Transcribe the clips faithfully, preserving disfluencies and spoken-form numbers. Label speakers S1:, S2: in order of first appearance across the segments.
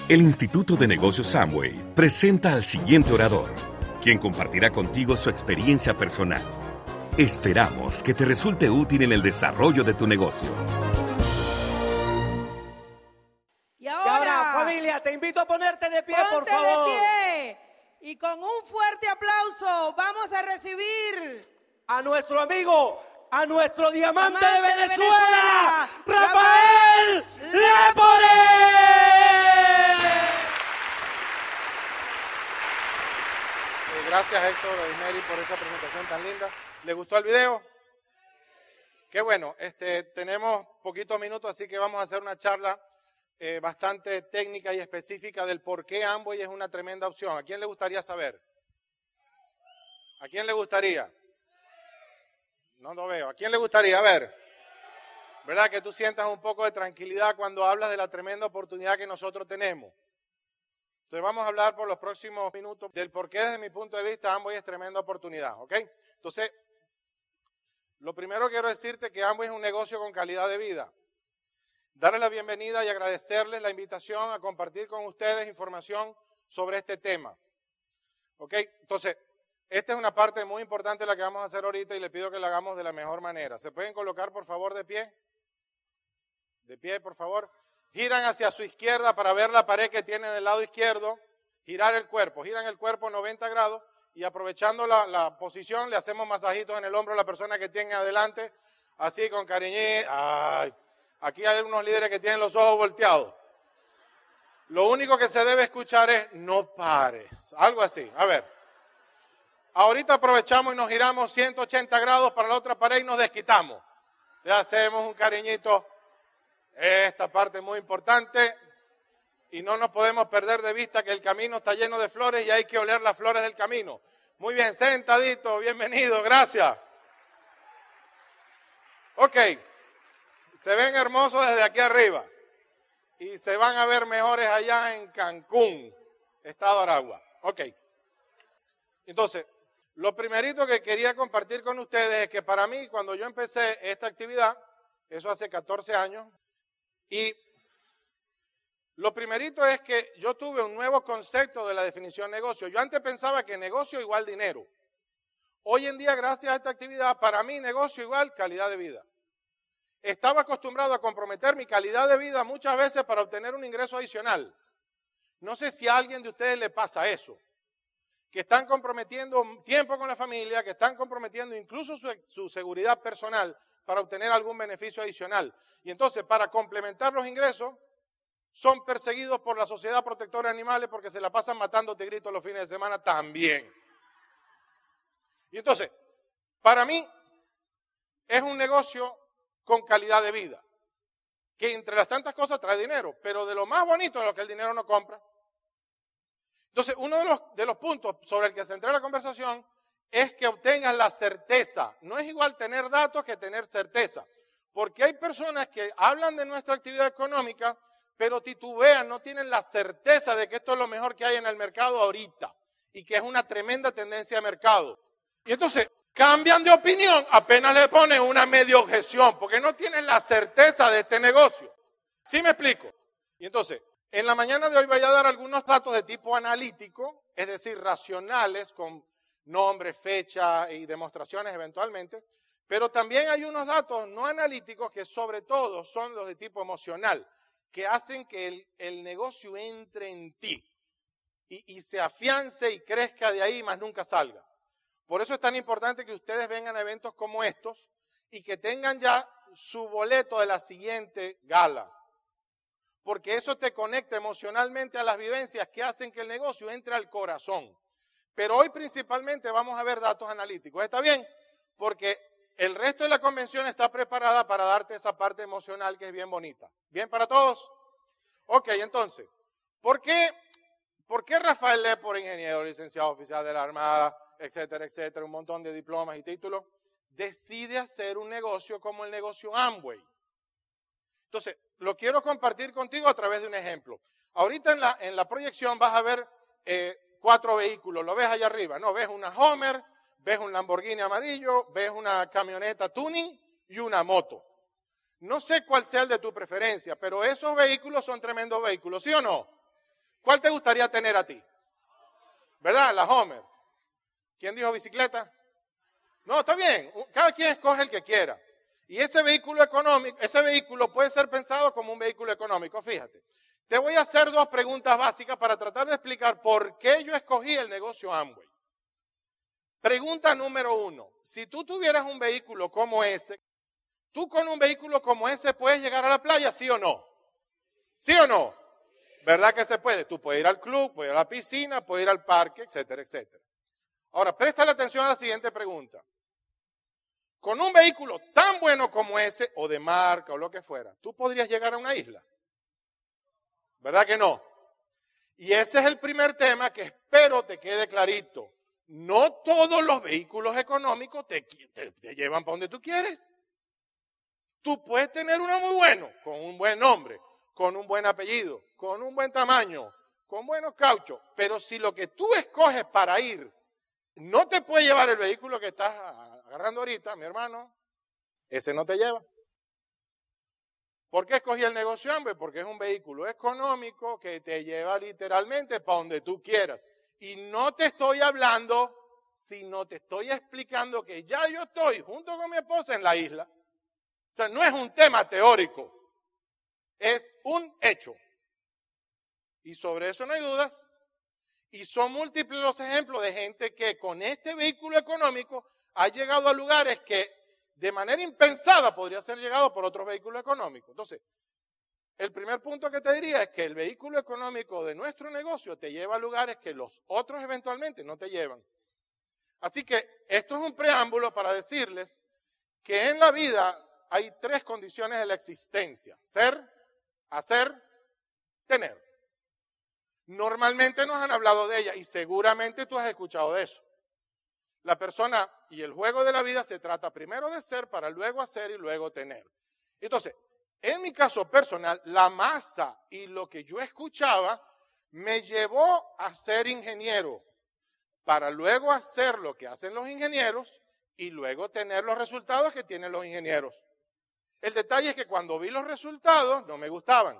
S1: El Instituto de Negocios Amway presenta al siguiente orador, quien compartirá contigo su experiencia personal. Esperamos que te resulte útil en el desarrollo de tu negocio.
S2: Y ahora,
S3: y ahora, familia, te invito a ponerte de pie, por
S2: ponte
S3: favor.
S2: de pie. Y con un fuerte aplauso vamos a recibir
S3: A nuestro amigo, a nuestro diamante,
S2: Diamante
S3: de
S2: de
S3: Venezuela,
S2: Venezuela,
S3: Rafael
S2: Rafael
S3: Lepore.
S4: Gracias, Héctor y Mary, por esa presentación tan linda. ¿Les gustó el video? Qué bueno. Este, tenemos poquitos minutos, así que vamos a hacer una charla eh, bastante técnica y específica del por qué Amway es una tremenda opción. ¿A quién le gustaría saber? ¿A quién le gustaría? No lo veo. ¿A quién le gustaría? A ver. ¿Verdad que tú sientas un poco de tranquilidad cuando hablas de la tremenda oportunidad que nosotros tenemos? Entonces vamos a hablar por los próximos minutos del por qué desde mi punto de vista Amway es tremenda oportunidad, ¿ok? Entonces, lo primero quiero decirte que Amway es un negocio con calidad de vida. Darles la bienvenida y agradecerles la invitación a compartir con ustedes información sobre este tema, ¿ok? Entonces, esta es una parte muy importante de la que vamos a hacer ahorita y le pido que la hagamos de la mejor manera. ¿Se pueden colocar por favor de pie? De pie, por favor. Giran hacia su izquierda para ver la pared que tienen del lado izquierdo. Girar el cuerpo. Giran el cuerpo noventa grados y aprovechando la, la posición le hacemos masajitos en el hombro a la persona que tiene adelante. Así con cariñito. Ay, aquí hay unos líderes que tienen los ojos volteados. Lo único que se debe escuchar es no pares. Algo así. A ver. Ahorita aprovechamos y nos giramos ciento ochenta grados para la otra pared y nos desquitamos. Le hacemos un cariñito. Esta parte es muy importante y no nos podemos perder de vista que el camino está lleno de flores y hay que oler las flores del camino. Muy bien, sentadito, bienvenido, gracias. Ok, se ven hermosos desde aquí arriba y se van a ver mejores allá en Cancún, estado Aragua. Ok, entonces, lo primerito que quería compartir con ustedes es que para mí, cuando yo empecé esta actividad, eso hace catorce años, y lo primerito es que yo tuve un nuevo concepto de la definición negocio. Yo antes pensaba que negocio igual dinero. Hoy en día, gracias a esta actividad, para mí negocio igual calidad de vida. Estaba acostumbrado a comprometer mi calidad de vida muchas veces para obtener un ingreso adicional. No sé si a alguien de ustedes le pasa eso, que están comprometiendo tiempo con la familia, que están comprometiendo incluso su, su seguridad personal para obtener algún beneficio adicional. Y entonces, para complementar los ingresos, son perseguidos por la Sociedad Protectora de Animales porque se la pasan matando tigritos los fines de semana también. Y entonces, para mí, es un negocio con calidad de vida, que entre las tantas cosas trae dinero, pero de lo más bonito es lo que el dinero no compra. Entonces, uno de los, de los puntos sobre el que centré la conversación es que obtengas la certeza. No es igual tener datos que tener certeza. Porque hay personas que hablan de nuestra actividad económica, pero titubean, no tienen la certeza de que esto es lo mejor que hay en el mercado ahorita y que es una tremenda tendencia de mercado. Y entonces cambian de opinión, apenas le ponen una medio objeción, porque no tienen la certeza de este negocio. ¿Sí me explico? Y entonces, en la mañana de hoy voy a dar algunos datos de tipo analítico, es decir, racionales, con nombre, fecha y demostraciones eventualmente, pero también hay unos datos no analíticos que sobre todo son los de tipo emocional, que hacen que el, el negocio entre en ti y, y se afiance y crezca de ahí, más nunca salga. Por eso es tan importante que ustedes vengan a eventos como estos y que tengan ya su boleto de la siguiente gala. Porque eso te conecta emocionalmente a las vivencias que hacen que el negocio entre al corazón. Pero hoy principalmente vamos a ver datos analíticos. ¿Está bien? Porque el resto de la convención está preparada para darte esa parte emocional que es bien bonita. ¿Bien para todos? Ok, entonces, ¿por qué, por qué Rafael Lepore, ingeniero, licenciado oficial de la Armada, etcétera, etcétera, un montón de diplomas y títulos, decide hacer un negocio como el negocio Amway? Entonces, lo quiero compartir contigo a través de un ejemplo. Ahorita en la, en la proyección vas a ver eh, cuatro vehículos. ¿Lo ves allá arriba? No, ves una Homer, ves un Lamborghini amarillo, ves una camioneta tuning y una moto. No sé cuál sea el de tu preferencia, pero esos vehículos son tremendos vehículos, ¿sí o no? ¿Cuál te gustaría tener a ti? ¿Verdad? La Homer. ¿Quién dijo bicicleta? No, está bien. Cada quien escoge el que quiera. Y ese vehículo económico, ese vehículo puede ser pensado como un vehículo económico. Fíjate. Te voy a hacer dos preguntas básicas para tratar de explicar por qué yo escogí el negocio Amway. Pregunta número uno. Si tú tuvieras un vehículo como ese, ¿tú con un vehículo como ese puedes llegar a la playa, sí o no? ¿Sí o no? ¿Verdad que se puede? Tú puedes ir al club, puedes ir a la piscina, puedes ir al parque, etcétera, etcétera. Ahora, préstale atención a la siguiente pregunta. Con un vehículo tan bueno como ese, o de marca, o lo que fuera, ¿tú podrías llegar a una isla? ¿Verdad que no? Y ese es el primer tema que espero te quede clarito. No todos los vehículos económicos te, te, te llevan para donde tú quieres. Tú puedes tener uno muy bueno, con un buen nombre, con un buen apellido, con un buen tamaño, con buenos cauchos. Pero si lo que tú escoges para ir no te puede llevar el vehículo que estás agarrando ahorita, mi hermano, ese no te lleva. ¿Por qué escogí el negocio Amway? Porque es un vehículo económico que te lleva literalmente para donde tú quieras. Y no te estoy hablando, sino te estoy explicando que ya yo estoy junto con mi esposa en la isla. O sea, no es un tema teórico, es un hecho. Y sobre eso no hay dudas. Y son múltiples los ejemplos de gente que con este vehículo económico ha llegado a lugares que de manera impensada podría ser llegado por otros vehículos económicos. Entonces, el primer punto que te diría es que el vehículo económico de nuestro negocio te lleva a lugares que los otros eventualmente no te llevan. Así que esto es un preámbulo para decirles que en la vida hay tres condiciones de la existencia: ser, hacer, tener. Normalmente nos han hablado de ella y seguramente tú has escuchado de eso. La persona y el juego de la vida se trata primero de ser para luego hacer y luego tener. Entonces, en mi caso personal, la masa y lo que yo escuchaba me llevó a ser ingeniero para luego hacer lo que hacen los ingenieros y luego tener los resultados que tienen los ingenieros. El detalle es que cuando vi los resultados no me gustaban.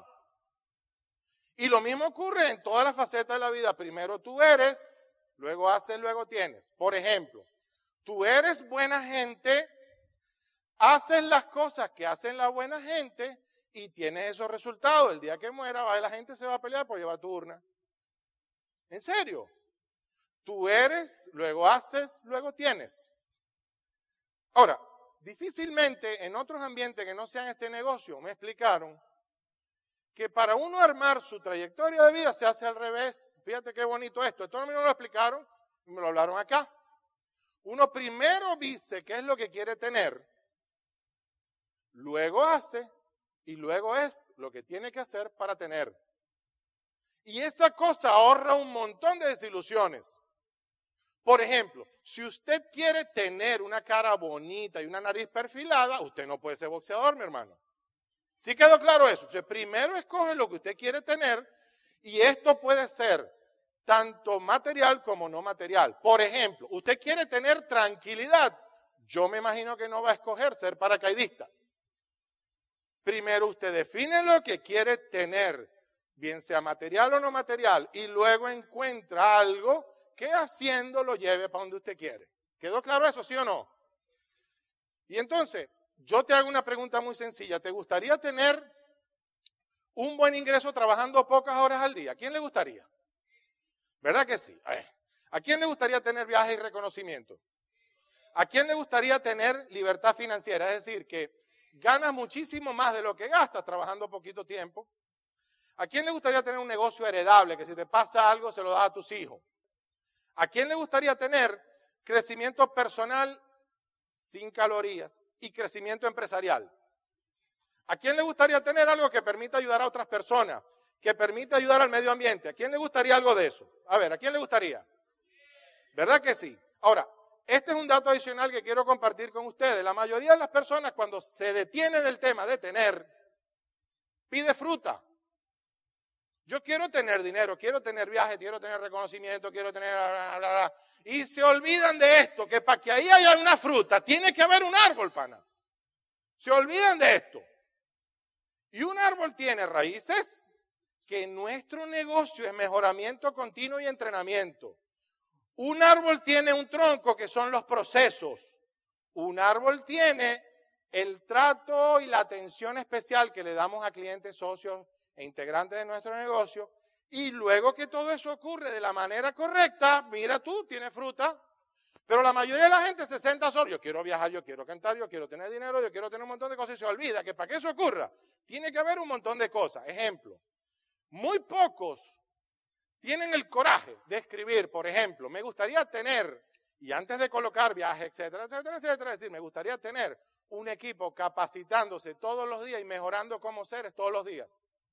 S4: Y lo mismo ocurre en todas las facetas de la vida. Primero tú eres, luego haces, luego tienes. Por ejemplo, tú eres buena gente, haces las cosas que hacen la buena gente y tienes esos resultados. El día que muera, la gente se va a pelear por llevar tu urna. ¿En serio? Tú eres, luego haces, luego tienes. Ahora, difícilmente en otros ambientes que no sean este negocio me explicaron que para uno armar su trayectoria de vida se hace al revés. Fíjate qué bonito esto. Esto a mí no me lo explicaron, me lo hablaron acá. Uno primero dice qué es lo que quiere tener, luego hace y luego es lo que tiene que hacer para tener. Y esa cosa ahorra un montón de desilusiones. Por ejemplo, si usted quiere tener una cara bonita y una nariz perfilada, usted no puede ser boxeador, mi hermano. ¿Sí quedó claro eso? Entonces, primero escoge lo que usted quiere tener y esto puede ser tanto material como no material. Por ejemplo, usted quiere tener tranquilidad. Yo me imagino que no va a escoger ser paracaidista. Primero usted define lo que quiere tener, bien sea material o no material, y luego encuentra algo que haciendo lo lleve para donde usted quiere. ¿Quedó claro eso, sí o no? Y entonces, yo te hago una pregunta muy sencilla. ¿Te gustaría tener un buen ingreso trabajando pocas horas al día? ¿A quién le gustaría? ¿Verdad que sí? ¿A quién le gustaría tener viajes y reconocimiento? ¿A quién le gustaría tener libertad financiera? Es decir, que ganas muchísimo más de lo que gastas trabajando poquito tiempo. ¿A quién le gustaría tener un negocio heredable, que si te pasa algo se lo das a tus hijos? ¿A quién le gustaría tener crecimiento personal sin calorías y crecimiento empresarial? ¿A quién le gustaría tener algo que permita ayudar a otras personas, que permita ayudar al medio ambiente? ¿A quién le gustaría algo de eso? A ver, ¿a quién le gustaría? ¿Verdad que sí? Ahora, este es un dato adicional que quiero compartir con ustedes. La mayoría de las personas cuando se detienen en el tema de tener, pide fruta. Yo quiero tener dinero, quiero tener viajes, quiero tener reconocimiento, quiero tener... Bla, bla, bla, y se olvidan de esto, que para que ahí haya una fruta tiene que haber un árbol, pana. Se olvidan de esto. Y un árbol tiene raíces, que nuestro negocio es mejoramiento continuo y entrenamiento. Un árbol tiene un tronco que son los procesos. Un árbol tiene el trato y la atención especial que le damos a clientes, socios e integrantes de nuestro negocio. Y luego que todo eso ocurre de la manera correcta, mira tú, tiene fruta. Pero la mayoría de la gente se sienta solo. Yo quiero viajar, yo quiero cantar, yo quiero tener dinero, yo quiero tener un montón de cosas y se olvida que para que eso ocurra tiene que haber un montón de cosas. Ejemplo, muy pocos tienen el coraje de escribir, por ejemplo, me gustaría tener, y antes de colocar viajes, etcétera, etcétera, etcétera, es decir, me gustaría tener un equipo capacitándose todos los días y mejorando como seres todos los días.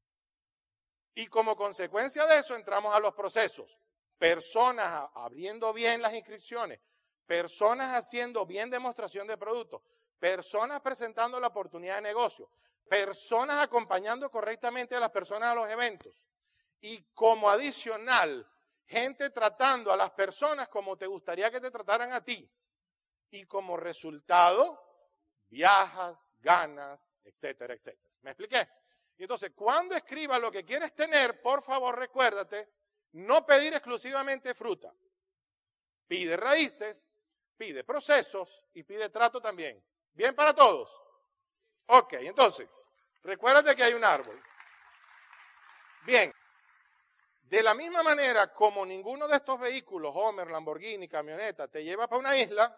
S4: Y como consecuencia de eso entramos a los procesos. Personas abriendo bien las inscripciones, personas haciendo bien demostración de productos, personas presentando la oportunidad de negocio, personas acompañando correctamente a las personas a los eventos y como adicional, gente tratando a las personas como te gustaría que te trataran a ti y como resultado, viajas, ganas, etcétera, etcétera. ¿Me expliqué? Y entonces, cuando escribas lo que quieres tener, por favor recuérdate, no pedir exclusivamente fruta. Pide raíces, pide procesos y pide trato también. ¿Bien para todos? Ok, entonces, recuérdate que hay un árbol. Bien, de la misma manera como ninguno de estos vehículos, Homer, Lamborghini, camioneta, te lleva para una isla,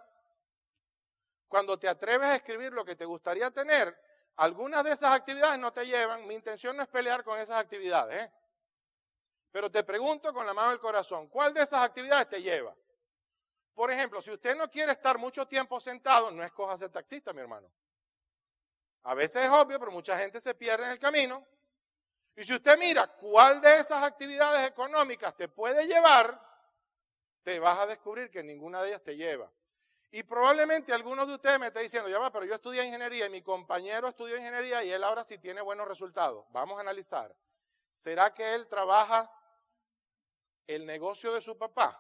S4: cuando te atreves a escribir lo que te gustaría tener, algunas de esas actividades no te llevan. Mi intención no es pelear con esas actividades, ¿eh? Pero te pregunto con la mano del corazón, ¿cuál de esas actividades te lleva? Por ejemplo, si usted no quiere estar mucho tiempo sentado, no escoja ser taxista, mi hermano. A veces es obvio, pero mucha gente se pierde en el camino. Y si usted mira cuál de esas actividades económicas te puede llevar, te vas a descubrir que ninguna de ellas te lleva. Y probablemente algunos de ustedes me estén diciendo, ya va, pero yo estudié ingeniería y mi compañero estudió ingeniería y él ahora sí tiene buenos resultados. Vamos a analizar. ¿Será que él trabaja el negocio de su papá?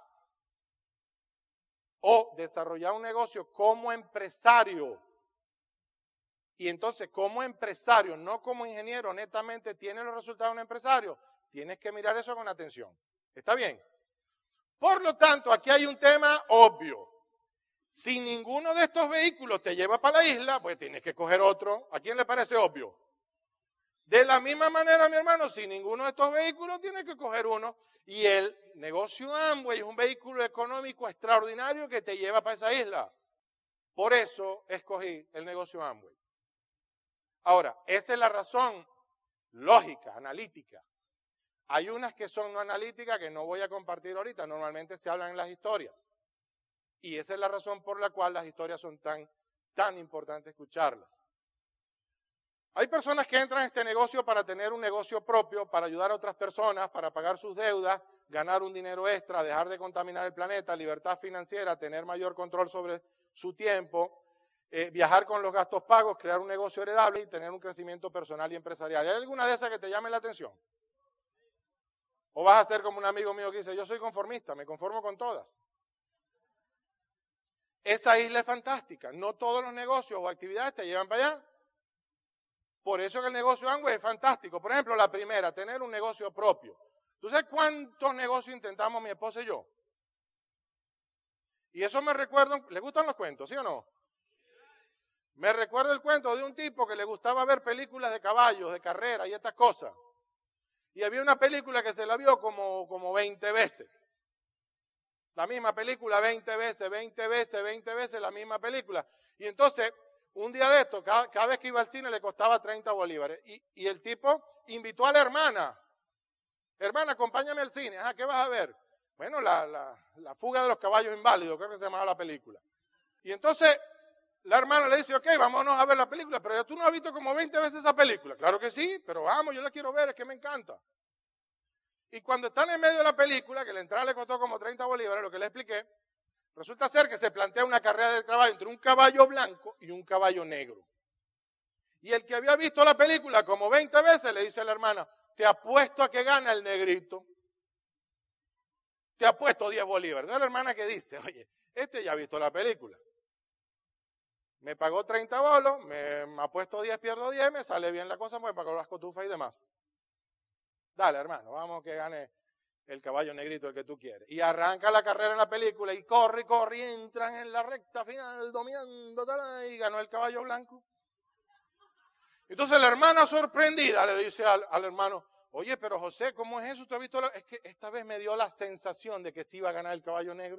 S4: O desarrollar un negocio como empresario. Y entonces, como empresario, no como ingeniero, netamente tiene los resultados de un empresario. Tienes que mirar eso con atención. ¿Está bien? Por lo tanto, aquí hay un tema obvio. Si ninguno de estos vehículos te lleva para la isla, pues tienes que coger otro. ¿A quién le parece obvio? De la misma manera, mi hermano, si ninguno de estos vehículos, tienes que coger uno. Y el negocio Amway es un vehículo económico extraordinario que te lleva para esa isla. Por eso escogí el negocio Amway. Ahora, esa es la razón lógica, analítica. Hay unas que son no analíticas que no voy a compartir ahorita. Normalmente se hablan en las historias. Y esa es la razón por la cual las historias son tan, tan importantes escucharlas. Hay personas que entran a este negocio para tener un negocio propio, para ayudar a otras personas, para pagar sus deudas, ganar un dinero extra, dejar de contaminar el planeta, libertad financiera, tener mayor control sobre su tiempo, eh, viajar con los gastos pagos, crear un negocio heredable y tener un crecimiento personal y empresarial. ¿Hay alguna de esas que te llame la atención? ¿O vas a ser como un amigo mío que dice, yo soy conformista, me conformo con todas? Esa isla es fantástica. No todos los negocios o actividades te llevan para allá. Por eso que el negocio Amway es fantástico. Por ejemplo, la primera, tener un negocio propio. ¿Tú sabes cuántos negocios intentamos mi esposa y yo? Y eso me recuerda, ¿le gustan los cuentos, sí o no? Me recuerda el cuento de un tipo que le gustaba ver películas de caballos, de carrera y estas cosas. Y había una película que se la vio como, como veinte veces. La misma película veinte veces, veinte veces, veinte veces la misma película. Y entonces, un día de esto, cada, cada vez que iba al cine le costaba treinta bolívares. Y, y el tipo invitó a la hermana. Hermana, acompáñame al cine. Ajá, ¿qué vas a ver? Bueno, la, la, la fuga de los caballos inválidos, creo que se llamaba la película. Y entonces, la hermana le dice, ok, vámonos a ver la película. Pero tú no has visto como veinte veces esa película. Claro que sí, pero vamos, yo la quiero ver, es que me encanta. Y cuando están en medio de la película, que la entrada le costó como treinta bolívares, lo que le expliqué, resulta ser que se plantea una carrera de caballo entre un caballo blanco y un caballo negro. Y el que había visto la película como veinte veces le dice a la hermana, te apuesto a que gana el negrito. Te apuesto diez bolívares. Entonces la hermana que dice, oye, este ya ha visto la película. Me pagó treinta bolos, me, me apuesto diez, pierdo diez, me sale bien la cosa, me pagó las cotufas y demás. Dale, hermano, vamos que gane el caballo negrito, el que tú quieres. Y arranca la carrera en la película y corre y corre y entran en la recta final dominando y ganó el caballo blanco. Entonces la hermana sorprendida le dice al, al hermano, oye, pero José, ¿cómo es eso? ¿Tú has visto la... Es que esta vez me dio la sensación de que sí iba a ganar el caballo negro.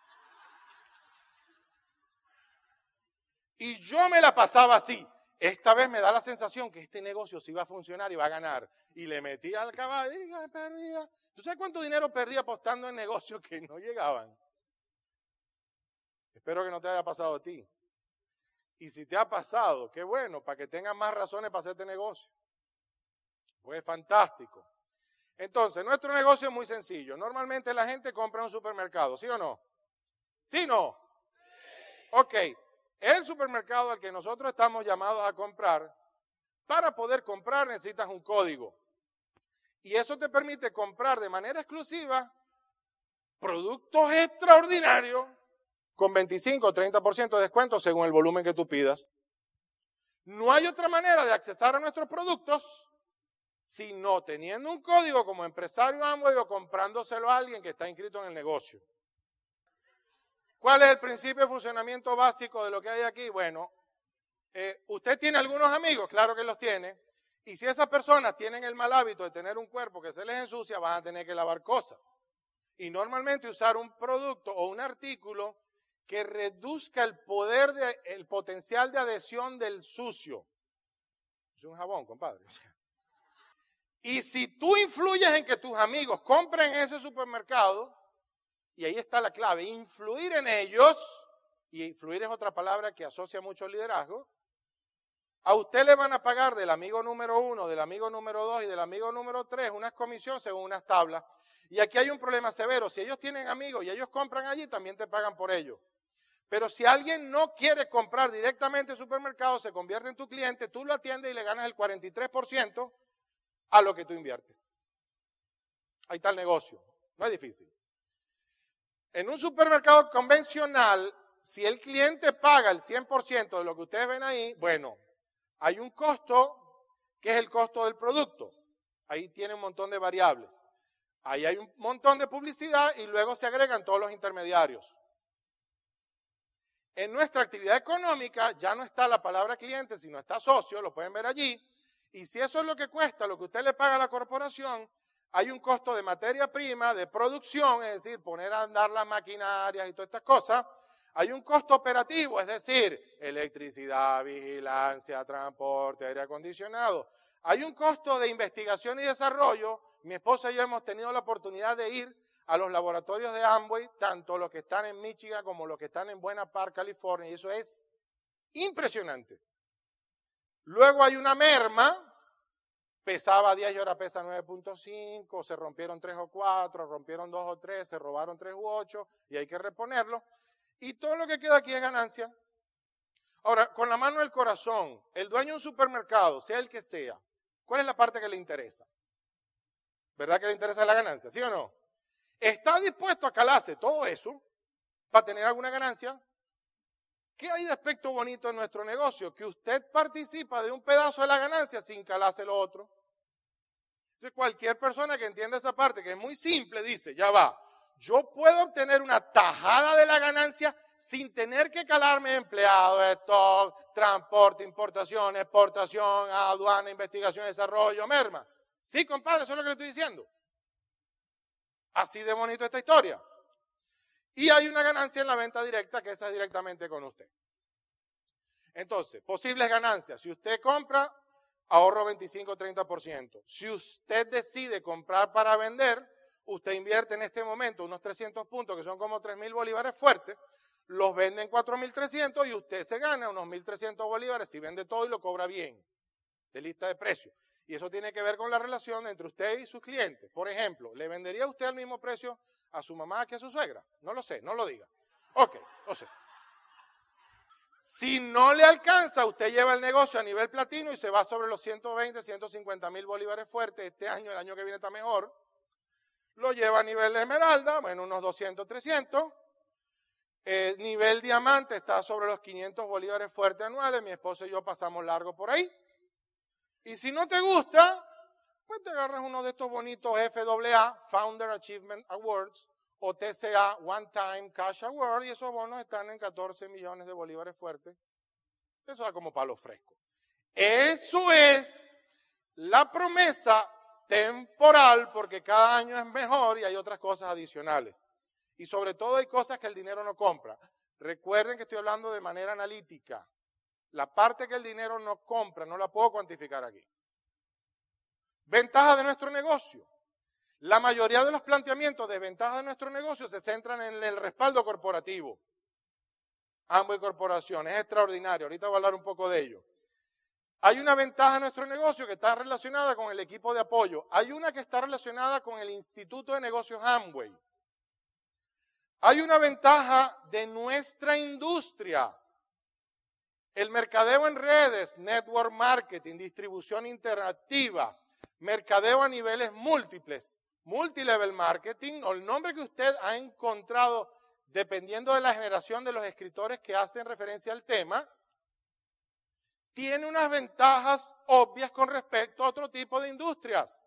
S4: Y yo me la pasaba así. Esta vez me da la sensación que este negocio sí va a funcionar y va a ganar. Y le metí al caballo y perdía. ¿Tú sabes cuánto dinero perdí apostando en negocios que no llegaban? Espero que no te haya pasado a ti. Y si te ha pasado, qué bueno, para que tengas más razones para hacer este negocio. Pues fantástico. Entonces, nuestro negocio es muy sencillo. Normalmente la gente compra en un supermercado, ¿sí o no? ¿Sí o no? Ok. El supermercado al que nosotros estamos llamados a comprar, para poder comprar necesitas un código. Y eso te permite comprar de manera exclusiva productos extraordinarios con veinticinco o treinta por ciento de descuento según el volumen que tú pidas. No hay otra manera de accesar a nuestros productos sino teniendo un código como empresario Amway o comprándoselo a alguien que está inscrito en el negocio. ¿Cuál es el principio de funcionamiento básico de lo que hay aquí? Bueno, eh, ¿usted tiene algunos amigos? Claro que los tiene. Y si esas personas tienen el mal hábito de tener un cuerpo que se les ensucia, van a tener que lavar cosas. Y normalmente usar un producto o un artículo que reduzca el poder, de, el potencial de adhesión del sucio. Es un jabón, compadre. Y si tú influyes en que tus amigos compren en ese supermercado, y ahí está la clave, influir en ellos, y influir es otra palabra que asocia mucho al liderazgo, a usted le van a pagar del amigo número uno, del amigo número dos y del amigo número tres unas comisiones según unas tablas. Y aquí hay un problema severo. Si ellos tienen amigos y ellos compran allí, también te pagan por ello. Pero si alguien no quiere comprar directamente en el supermercado, se convierte en tu cliente, tú lo atiendes y le ganas el cuarenta y tres por ciento a lo que tú inviertes. Ahí está el negocio. No es difícil. En un supermercado convencional, si el cliente paga el cien por ciento de lo que ustedes ven ahí, bueno, hay un costo que es el costo del producto. Ahí tiene un montón de variables. Ahí hay un montón de publicidad y luego se agregan todos los intermediarios. En nuestra actividad económica ya no está la palabra cliente, sino está socio, lo pueden ver allí. Y si eso es lo que cuesta, lo que usted le paga a la corporación, hay un costo de materia prima, de producción, es decir, poner a andar las maquinarias y todas estas cosas. Hay un costo operativo, es decir, electricidad, vigilancia, transporte, aire acondicionado. Hay un costo de investigación y desarrollo. Mi esposa y yo hemos tenido la oportunidad de ir a los laboratorios de Amway, tanto los que están en Michigan como los que están en Buena Park, California, y eso es impresionante. Luego hay una merma, pesaba diez y ahora pesa nueve punto cinco, se rompieron tres o cuatro, rompieron dos o tres, se robaron tres u ocho, y hay que reponerlo. Y todo lo que queda aquí es ganancia. Ahora, con la mano del corazón, el dueño de un supermercado, sea el que sea, ¿cuál es la parte que le interesa? ¿Verdad que le interesa la ganancia? ¿Sí o no? ¿Está dispuesto a calarse todo eso para tener alguna ganancia? ¿Qué hay de aspecto bonito en nuestro negocio? Que usted participa de un pedazo de la ganancia sin calarse lo otro. Entonces, cualquier persona que entienda esa parte, que es muy simple, dice, ya va, yo puedo obtener una tajada de la ganancia sin tener que calarme empleado, stock, transporte, importación, exportación, aduana, investigación, desarrollo, merma. Sí, compadre, eso es lo que le estoy diciendo. Así de bonito esta historia. Y hay una ganancia en la venta directa, que esa es directamente con usted. Entonces, posibles ganancias. Si usted compra, ahorro veinticinco a treinta por ciento. Si usted decide comprar para vender, usted invierte en este momento unos trescientos puntos, que son como tres mil bolívares fuertes, los vende en cuatro mil trescientos y usted se gana unos mil trescientos bolívares si vende todo y lo cobra bien, de lista de precios. Y eso tiene que ver con la relación entre usted y sus clientes. Por ejemplo, ¿le vendería usted al mismo precio a su mamá que a su suegra? No lo sé, no lo diga. Ok, no sé. Si no le alcanza, usted lleva el negocio a nivel platino y se va sobre los ciento veinte, ciento cincuenta mil bolívares fuertes. Este año, el año que viene está mejor. Lo lleva a nivel de esmeralda, bueno, unos doscientos, trescientos. Eh, nivel diamante está sobre los quinientos bolívares fuertes anuales. Mi esposo y yo pasamos largo por ahí. Y si no te gusta, pues te agarras uno de estos bonitos F A A, Founder Achievement Awards, o T C A, One Time Cash Award, y esos bonos están en catorce millones de bolívares fuertes. Eso da como palo fresco. Eso es la promesa temporal, porque cada año es mejor y hay otras cosas adicionales. Y sobre todo hay cosas que el dinero no compra. Recuerden que estoy hablando de manera analítica. La parte que el dinero no compra no la puedo cuantificar aquí. Ventaja de nuestro negocio. La mayoría de los planteamientos de ventaja de nuestro negocio se centran en el respaldo corporativo. Amway Corporación, es extraordinario. Ahorita voy a hablar un poco de ello. Hay una ventaja en nuestro negocio que está relacionada con el equipo de apoyo. Hay una que está relacionada con el Instituto de Negocios Amway. Hay una ventaja de nuestra industria. El mercadeo en redes, network marketing, distribución interactiva, mercadeo a niveles múltiples, multilevel marketing, o el nombre que usted ha encontrado dependiendo de la generación de los escritores que hacen referencia al tema, tiene unas ventajas obvias con respecto a otro tipo de industrias.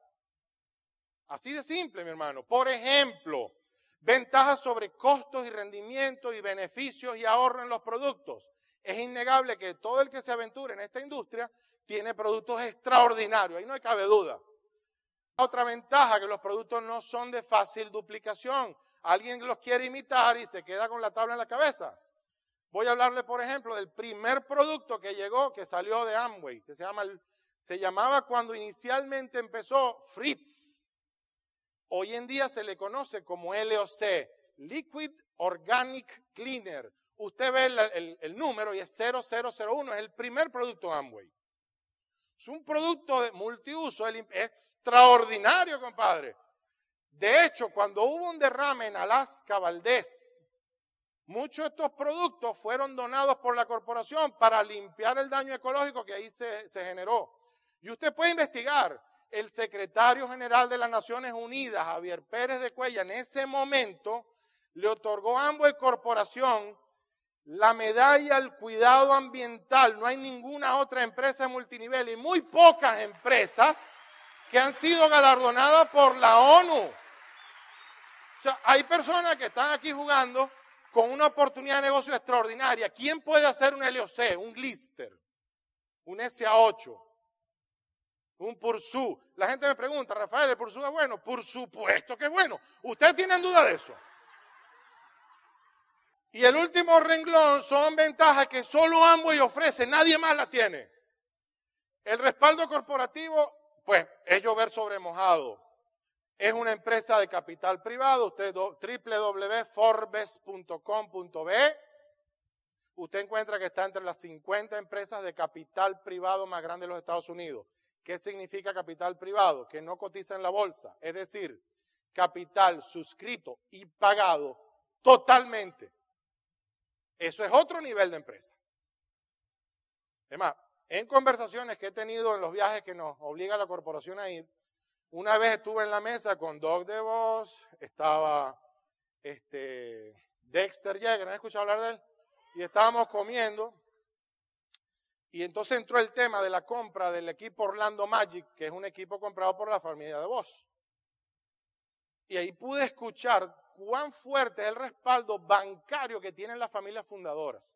S4: Así de simple, mi hermano. Por ejemplo, ventajas sobre costos y rendimiento y beneficios y ahorro en los productos. Es innegable que todo el que se aventure en esta industria tiene productos extraordinarios, ahí no cabe duda. Otra ventaja, que los productos no son de fácil duplicación. Alguien los quiere imitar y se queda con la tabla en la cabeza. Voy a hablarle, por ejemplo, del primer producto que llegó, que salió de Amway, que se llama, se llamaba cuando inicialmente empezó Fritz. Hoy en día se le conoce como L O C, Liquid Organic Cleaner. Usted ve el, el, el número y es cero cero cero uno, es el primer producto Amway. Es un producto de multiuso, el, extraordinario, compadre. De hecho, cuando hubo un derrame en Alaska Valdez, muchos de estos productos fueron donados por la corporación para limpiar el daño ecológico que ahí se, se generó. Y usted puede investigar, el secretario general de las Naciones Unidas, Javier Pérez de Cuellar, en ese momento le otorgó a Amway Corporación la medalla al cuidado ambiental. No hay ninguna otra empresa multinivel y muy pocas empresas que han sido galardonadas por la ONU. O sea, hay personas que están aquí jugando con una oportunidad de negocio extraordinaria. ¿Quién puede hacer un L O C, un Glister, un S A ocho, un Pursue? La gente me pregunta, Rafael, ¿el Pursue es bueno? Por supuesto que es bueno. ¿Ustedes tienen duda de eso? Y el último renglón son ventajas que solo Amway ofrece, nadie más la tiene. El respaldo corporativo, pues, es llover sobre mojado. Es una empresa de capital privado, usted doble u doble u doble u punto forbes punto com punto be. Usted encuentra que está entre las cincuenta empresas de capital privado más grandes de los Estados Unidos. ¿Qué significa capital privado? Que no cotiza en la bolsa, es decir, capital suscrito y pagado totalmente. Eso es otro nivel de empresa. Es más, en conversaciones que he tenido en los viajes que nos obliga la corporación a ir, una vez estuve en la mesa con Doug DeVos, estaba este, Dexter Yeager, ¿han escuchado hablar de él? Y estábamos comiendo, y entonces entró el tema de la compra del equipo Orlando Magic, que es un equipo comprado por la familia DeVos. Y ahí pude escuchar cuán fuerte es el respaldo bancario que tienen las familias fundadoras.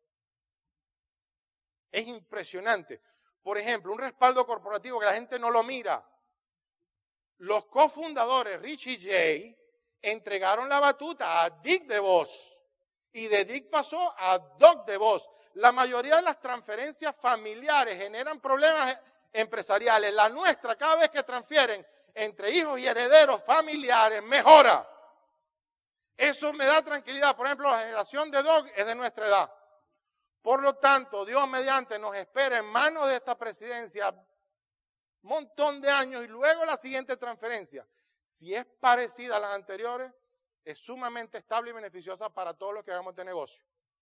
S4: Es impresionante. Por ejemplo, un respaldo corporativo que la gente no lo mira. Los cofundadores, Rich y Jay, entregaron la batuta a Dick DeVos. Y de Dick pasó a Doug DeVos. La mayoría de las transferencias familiares generan problemas empresariales. La nuestra, cada vez que transfieren entre hijos y herederos familiares, mejora. Eso me da tranquilidad. Por ejemplo, la generación de Doug es de nuestra edad. Por lo tanto, Dios mediante nos espera en manos de esta presidencia un montón de años y luego la siguiente transferencia, si es parecida a las anteriores, es sumamente estable y beneficiosa para todos los que hagamos este negocio.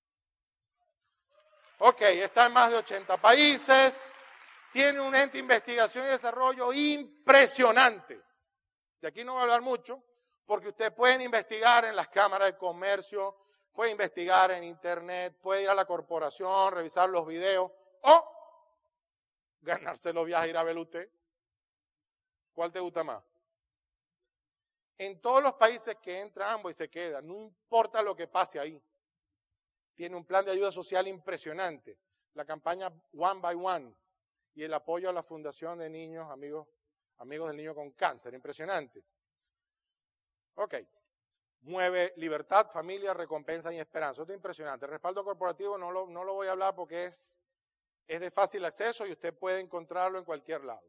S4: Ok, está en más de ochenta países, tiene un ente de investigación y desarrollo impresionante. De aquí no voy a hablar mucho, porque ustedes pueden investigar en las cámaras de comercio, pueden investigar en internet, puede ir a la corporación, revisar los videos, o ganarse los viajes, ir a ver usted. ¿Cuál te gusta más? En todos los países que entra Amway se queda, no importa lo que pase ahí. Tiene un plan de ayuda social impresionante. La campaña One by One y el apoyo a la Fundación de Niños, amigos, amigos del Niño con Cáncer, impresionante. Ok. Mueve libertad, familia, recompensa y esperanza. Esto es impresionante. El respaldo corporativo no lo, no lo voy a hablar porque es, es de fácil acceso y usted puede encontrarlo en cualquier lado.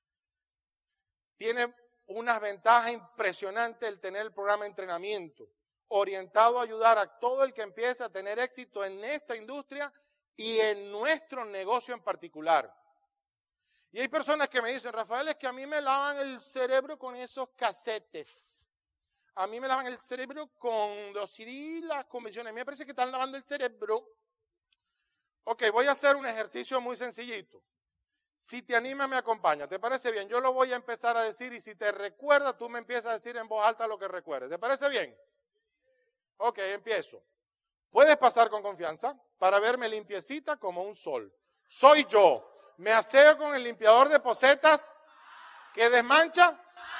S4: Tiene unas ventajas impresionantes el tener el programa de entrenamiento, orientado a ayudar a todo el que empiece a tener éxito en esta industria y en nuestro negocio en particular. Y hay personas que me dicen, Rafael, es que a mí me lavan el cerebro con esos casetes. A mí me lavan el cerebro con los C D y las convenciones. A mí me parece que están lavando el cerebro. Ok, voy a hacer un ejercicio muy sencillito. Si te anima, me acompaña. ¿Te parece bien? Yo lo voy a empezar a decir y si te recuerda, tú me empiezas a decir en voz alta lo que recuerdes. ¿Te parece bien? Ok, empiezo. Puedes pasar con confianza para verme limpiecita como un sol. Soy yo. Me aseo con el limpiador de posetas que desmancha.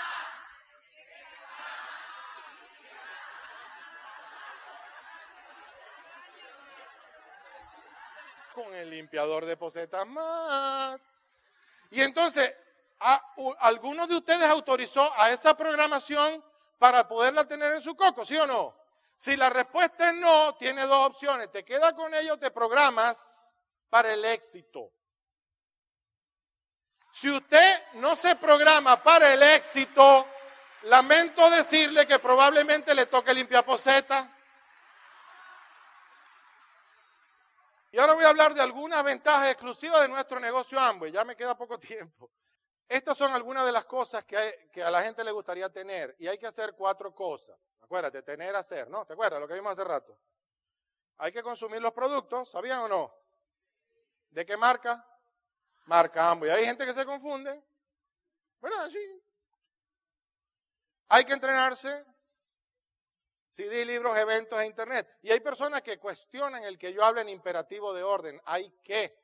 S4: Con el limpiador de posetas más. Y entonces, a, u, ¿alguno de ustedes autorizó a esa programación para poderla tener en su coco, sí o no? Si la respuesta es no, tiene dos opciones. Te quedas con ello, te programas para el éxito. Si usted no se programa para el éxito, lamento decirle que probablemente le toque limpiar posetas. Y ahora voy a hablar de algunas ventajas exclusivas de nuestro negocio Amway. Ya me queda poco tiempo. Estas son algunas de las cosas que, hay, que a la gente le gustaría tener. Y hay que hacer cuatro cosas. Acuérdate, tener, hacer, ¿no? ¿Te acuerdas lo que vimos hace rato? Hay que consumir los productos, ¿sabían o no? ¿De qué marca? Marca Amway. Hay gente que se confunde. ¿Verdad? Sí. Hay que entrenarse. C D, libros, eventos e internet. Y hay personas que cuestionan el que yo hable en imperativo de orden. Hay que.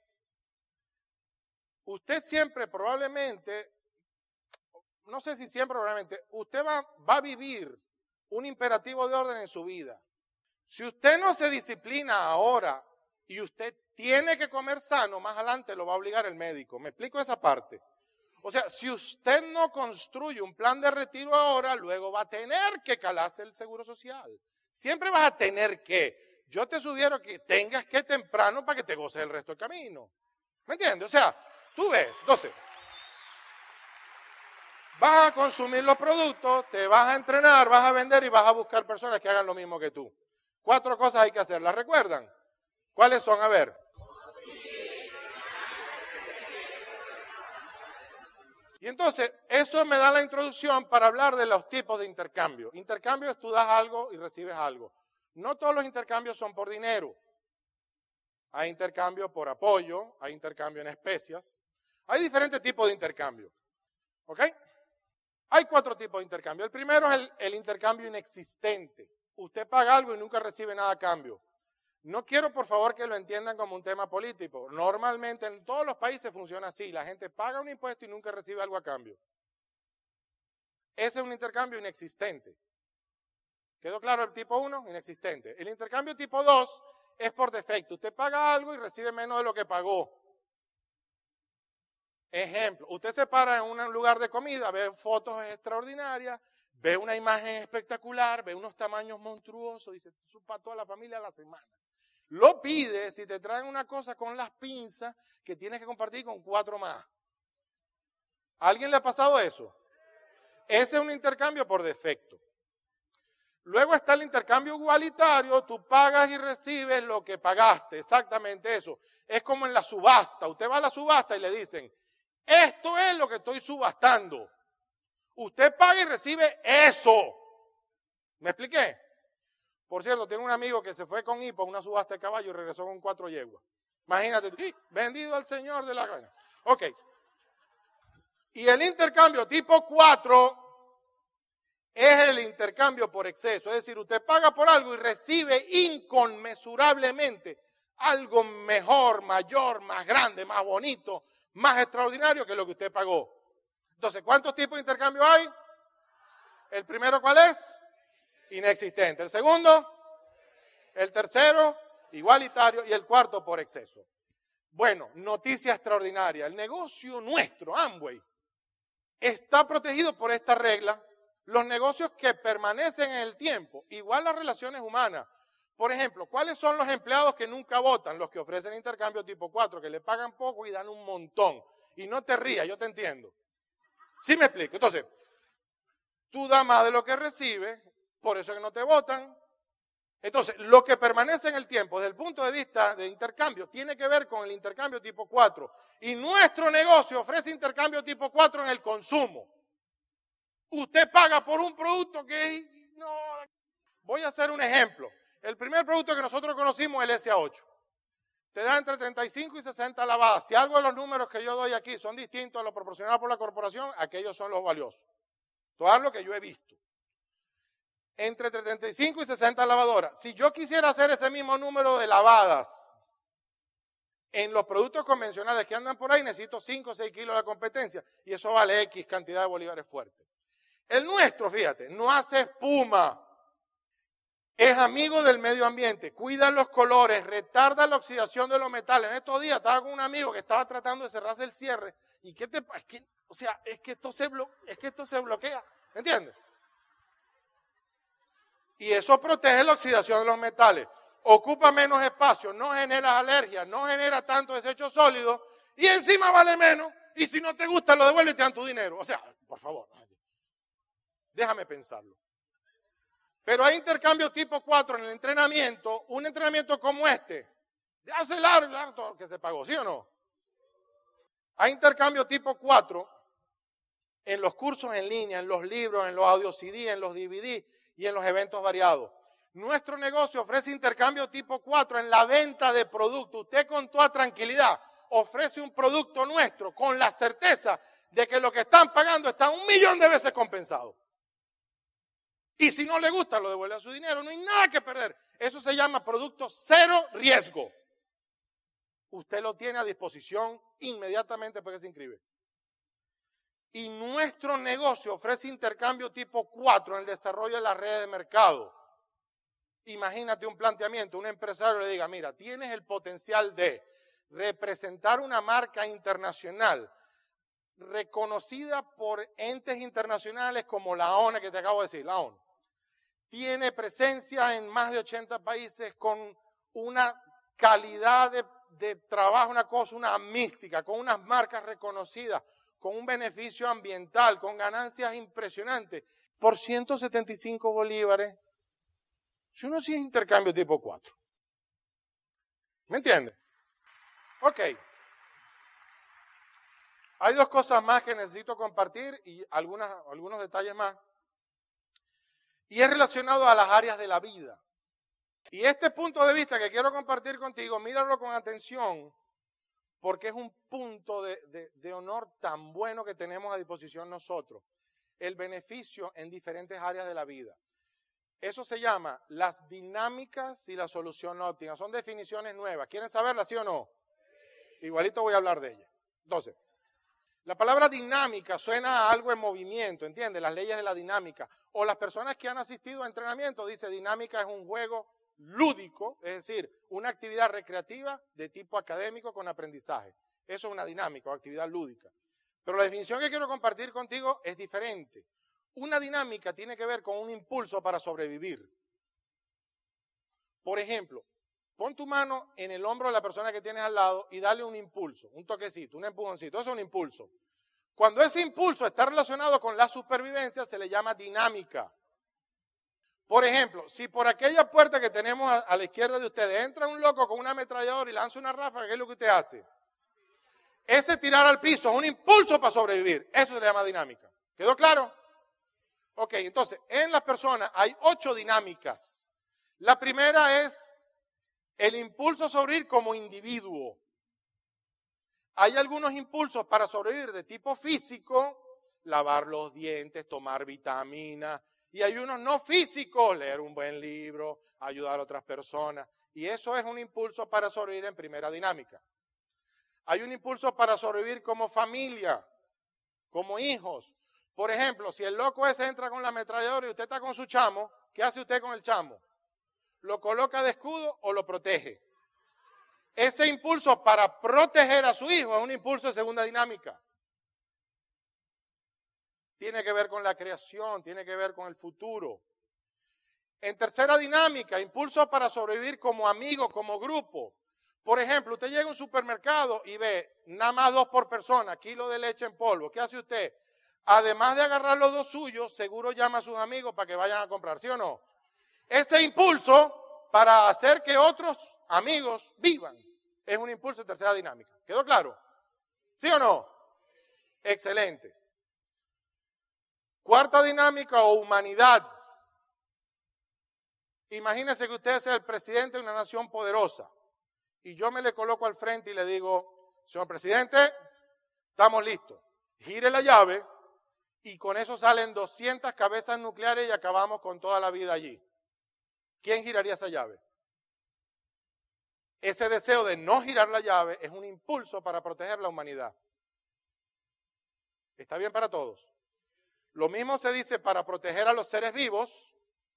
S4: Usted siempre probablemente, no sé si siempre probablemente, usted va, va a vivir un imperativo de orden en su vida. Si usted no se disciplina ahora y usted tiene que comer sano, más adelante lo va a obligar el médico. ¿Me explico esa parte? O sea, si usted no construye un plan de retiro ahora, luego va a tener que calarse el seguro social. Siempre vas a tener que. Yo te sugiero que tengas que temprano para que te goces el resto del camino. ¿Me entiendes? O sea, tú ves. Entonces, vas a consumir los productos, te vas a entrenar, vas a vender y vas a buscar personas que hagan lo mismo que tú. Cuatro cosas hay que hacer. ¿Las recuerdan? ¿Cuáles son? A ver. Y entonces, eso me da la introducción para hablar de los tipos de intercambio. Intercambio es tú das algo y recibes algo. No todos los intercambios son por dinero. Hay intercambio por apoyo, hay intercambio en especias. Hay diferentes tipos de intercambio. ¿Ok? Hay cuatro tipos de intercambio. El primero es el, el intercambio inexistente. Usted paga algo y nunca recibe nada a cambio. No quiero, por favor, que lo entiendan como un tema político. Normalmente en todos los países funciona así. La gente paga un impuesto y nunca recibe algo a cambio. Ese es un intercambio inexistente. ¿Quedó claro el tipo uno? Inexistente. El intercambio tipo dos es por defecto. Usted paga algo y recibe menos de lo que pagó. Ejemplo, usted se para en un lugar de comida, ve fotos extraordinarias, ve una imagen espectacular, ve unos tamaños monstruosos, dice, eso es para toda la familia a la semana. Lo pide si te traen una cosa con las pinzas que tienes que compartir con cuatro más. ¿A alguien le ha pasado eso? Ese es un intercambio por defecto. Luego está el intercambio igualitario, tú pagas y recibes lo que pagaste, exactamente eso. Es como en la subasta, usted va a la subasta y le dicen, esto es lo que estoy subastando. Usted paga y recibe eso. ¿Me expliqué? Por cierto, tengo un amigo que se fue con hipo a una subasta de caballo y regresó con cuatro yeguas. Imagínate, vendido al señor de la gana. Ok. Y el intercambio tipo cuatro es el intercambio por exceso. Es decir, usted paga por algo y recibe inconmensurablemente algo mejor, mayor, más grande, más bonito, más extraordinario que lo que usted pagó. Entonces, ¿cuántos tipos de intercambio hay? ¿El primero cuál es? Inexistente. ¿El segundo? El tercero, igualitario. Y el cuarto, por exceso. Bueno, noticia extraordinaria. El negocio nuestro, Amway, está protegido por esta regla. Los negocios que permanecen en el tiempo, igual las relaciones humanas. Por ejemplo, ¿cuáles son los empleados que nunca votan? Los que ofrecen intercambio tipo cuatro, que le pagan poco y dan un montón. Y no te rías, yo te entiendo. ¿Sí me explico? Entonces, tú das más de lo que recibes, por eso es que no te votan. Entonces, lo que permanece en el tiempo, desde el punto de vista de intercambio, tiene que ver con el intercambio tipo cuatro. Y nuestro negocio ofrece intercambio tipo cuatro en el consumo. Usted paga por un producto que... no. Voy a hacer un ejemplo. El primer producto que nosotros conocimos es el S A ocho. Te da entre treinta y cinco y sesenta lavadas. Si algo de los números que yo doy aquí son distintos a los proporcionados por la corporación, aquellos son los valiosos. Todo lo que yo he visto. Entre treinta y cinco y sesenta lavadoras. Si yo quisiera hacer ese mismo número de lavadas en los productos convencionales que andan por ahí, necesito cinco o seis kilos de competencia y eso vale X cantidad de bolívares fuertes. El nuestro, fíjate, no hace espuma, es amigo del medio ambiente, cuida los colores, retarda la oxidación de los metales. En estos días estaba con un amigo que estaba tratando de cerrarse el cierre y ¿qué te pasa? Es que, o sea, es que esto se blo- es que esto se bloquea, ¿me entiendes? Y eso protege la oxidación de los metales, ocupa menos espacio, no genera alergias, no genera tanto desecho sólido y encima vale menos. Y si no te gusta, lo devuelves y te dan tu dinero. O sea, por favor, déjame pensarlo. Pero hay intercambio tipo cuatro en el entrenamiento, un entrenamiento como este, de hace largo, largo todo lo que se pagó, ¿sí o no? Hay intercambio tipo cuatro en los cursos en línea, en los libros, en los audio C D, en los D V D y en los eventos variados. Nuestro negocio ofrece intercambio tipo cuatro en la venta de productos. Usted con toda tranquilidad ofrece un producto nuestro con la certeza de que lo que están pagando está un millón de veces compensado. Y si no le gusta, lo devuelve a su dinero. No hay nada que perder. Eso se llama producto cero riesgo. Usted lo tiene a disposición inmediatamente porque se inscribe. Y nuestro negocio ofrece intercambio tipo cuatro en el desarrollo de las redes de mercado. Imagínate un planteamiento, un empresario le diga, mira, tienes el potencial de representar una marca internacional reconocida por entes internacionales como la O N U, que te acabo de decir, la O N U. Tiene presencia en más de ochenta países con una calidad de, de trabajo, una cosa, una mística, con unas marcas reconocidas, con un beneficio ambiental, con ganancias impresionantes, por ciento setenta y cinco bolívares. Si uno sí es intercambio tipo cuatro. ¿Me entiende? Ok. Hay dos cosas más que necesito compartir y algunas, algunos detalles más. Y es relacionado a las áreas de la vida. Y este punto de vista que quiero compartir contigo, míralo con atención, porque es un punto de, de, de honor tan bueno que tenemos a disposición nosotros. El beneficio en diferentes áreas de la vida. Eso se llama las dinámicas y la solución óptima. Son definiciones nuevas. ¿Quieren saberlas, sí o no? Igualito voy a hablar de ellas. Entonces, la palabra dinámica suena a algo en movimiento, ¿entiendes? Las leyes de la dinámica. O las personas que han asistido a entrenamiento dicen dinámica es un juego lúdico, es decir, una actividad recreativa de tipo académico con aprendizaje. Eso es una dinámica o actividad lúdica. Pero la definición que quiero compartir contigo es diferente. Una dinámica tiene que ver con un impulso para sobrevivir. Por ejemplo, pon tu mano en el hombro de la persona que tienes al lado y dale un impulso, un toquecito, un empujoncito. Eso es un impulso. Cuando ese impulso está relacionado con la supervivencia, se le llama dinámica. Por ejemplo, si por aquella puerta que tenemos a, a la izquierda de ustedes entra un loco con una ametralladora y lanza una ráfaga, ¿qué es lo que usted hace? Ese tirar al piso es un impulso para sobrevivir. Eso se le llama dinámica. ¿Quedó claro? Ok, entonces, en las personas hay ocho dinámicas. La primera es el impulso a sobrevivir como individuo. Hay algunos impulsos para sobrevivir de tipo físico, lavar los dientes, tomar vitaminas, y hay unos no físicos, leer un buen libro, ayudar a otras personas, y eso es un impulso para sobrevivir en primera dinámica. Hay un impulso para sobrevivir como familia. como hijos. Por ejemplo, si el loco ese entra con la ametralladora y usted está con su chamo, ¿qué hace usted con el chamo? ¿Lo coloca de escudo o lo protege? Ese impulso para proteger a su hijo es un impulso de segunda dinámica. Tiene que ver con la creación, tiene que ver con el futuro. En tercera dinámica, impulso para sobrevivir como amigo, como grupo. Por ejemplo, usted llega a un supermercado y ve nada más dos por persona, kilo de leche en polvo. ¿Qué hace usted? Además de agarrar los dos suyos, seguro llama a sus amigos para que vayan a comprar, ¿sí o no? Ese impulso para hacer que otros amigos vivan es un impulso de tercera dinámica. ¿Quedó claro? ¿Sí o no? Excelente. Cuarta dinámica o humanidad. Imagínese que usted sea el presidente de una nación poderosa y yo me le coloco al frente y le digo, señor presidente, estamos listos. Gire la llave y con eso salen doscientas cabezas nucleares y acabamos con toda la vida allí. ¿Quién giraría esa llave? Ese deseo de no girar la llave es un impulso para proteger la humanidad. ¿Está bien para todos? Lo mismo se dice para proteger a los seres vivos,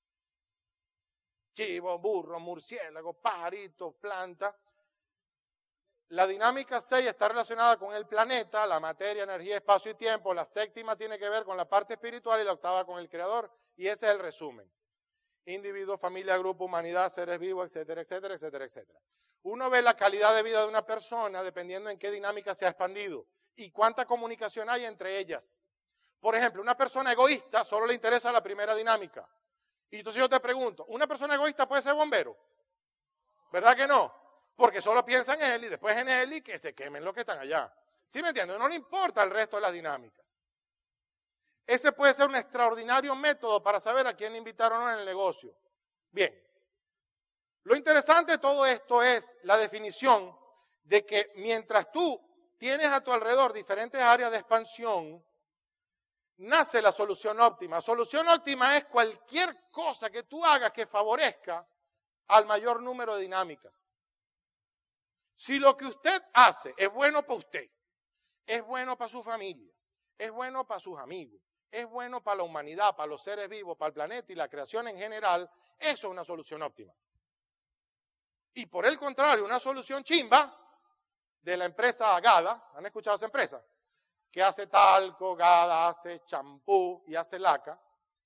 S4: chivo, burro, murciélago, pajarito, planta. La dinámica seis está relacionada con el planeta, la materia, energía, espacio y tiempo. La séptima tiene que ver con la parte espiritual y la octava con el creador. Y ese es el resumen. Individuo, familia, grupo, humanidad, seres vivos, etcétera, etcétera, etcétera, etcétera. Uno ve la calidad de vida de una persona dependiendo en qué dinámica se ha expandido y cuánta comunicación hay entre ellas. Por ejemplo, una persona egoísta solo le interesa la primera dinámica. Y entonces yo te pregunto, ¿una persona egoísta puede ser bombero? ¿Verdad que no? Porque solo piensa en él y después en él y que se quemen los que están allá. ¿Sí me entiendes? No le importa el resto de las dinámicas. Ese puede ser un extraordinario método para saber a quién le invitaron o no en el negocio. Bien. Lo interesante de todo esto es la definición de que mientras tú tienes a tu alrededor diferentes áreas de expansión, nace la solución óptima. Solución óptima es cualquier cosa que tú hagas que favorezca al mayor número de dinámicas. Si lo que usted hace es bueno para usted, es bueno para su familia, es bueno para sus amigos, es bueno para la humanidad, para los seres vivos, para el planeta y la creación en general, eso es una solución óptima. Y por el contrario, una solución chimba de la empresa Gada, ¿han escuchado esa empresa? Que hace talco, Gada, hace champú y hace laca.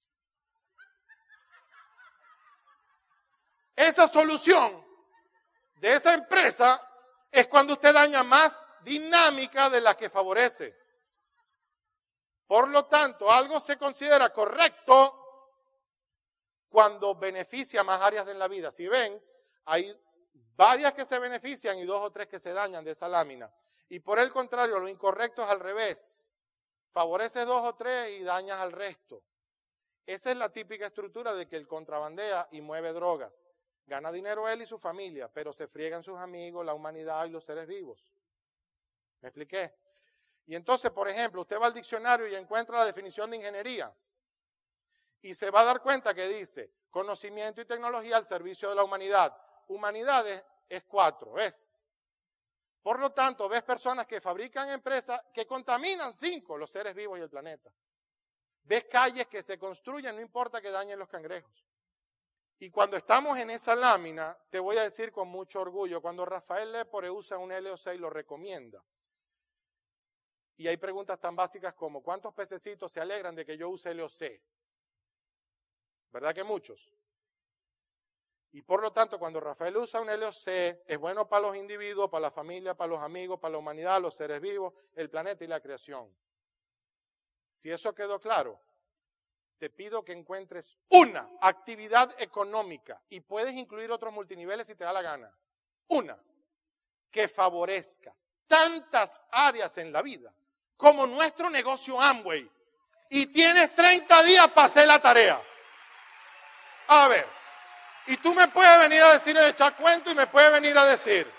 S4: Esa solución de esa empresa es cuando usted daña más dinámica de la que favorece. Por lo tanto, algo se considera correcto cuando beneficia más áreas de la vida. Si ven, hay varias que se benefician y dos o tres que se dañan de esa lámina. Y por el contrario, lo incorrecto es al revés. Favoreces dos o tres y dañas al resto. Esa es la típica estructura de que el contrabandea y mueve drogas. Gana dinero él y su familia, pero se friegan sus amigos, la humanidad y los seres vivos. ¿Me expliqué? Y entonces, por ejemplo, usted va al diccionario y encuentra la definición de ingeniería. Y se va a dar cuenta que dice, conocimiento y tecnología al servicio de la humanidad. Humanidades es cuatro, ¿ves? Por lo tanto, ves personas que fabrican empresas que contaminan cinco, los seres vivos y el planeta. Ves calles que se construyen, no importa que dañen los cangrejos. Y cuando estamos en esa lámina, te voy a decir con mucho orgullo, cuando Rafael Lepore usa un L O C y lo recomienda, y hay preguntas tan básicas como, ¿cuántos pececitos se alegran de que yo use L O C? ¿Verdad que muchos? Y por lo tanto, cuando Rafael usa un L O C, es bueno para los individuos, para la familia, para los amigos, para la humanidad, los seres vivos, el planeta y la creación. Si eso quedó claro, te pido que encuentres una actividad económica, y puedes incluir otros multiniveles si te da la gana, una que favorezca tantas áreas en la vida como nuestro negocio Amway. Y tienes treinta días para hacer la tarea. A ver. Y tú me puedes venir a decir, echar cuento y me puedes venir a decir,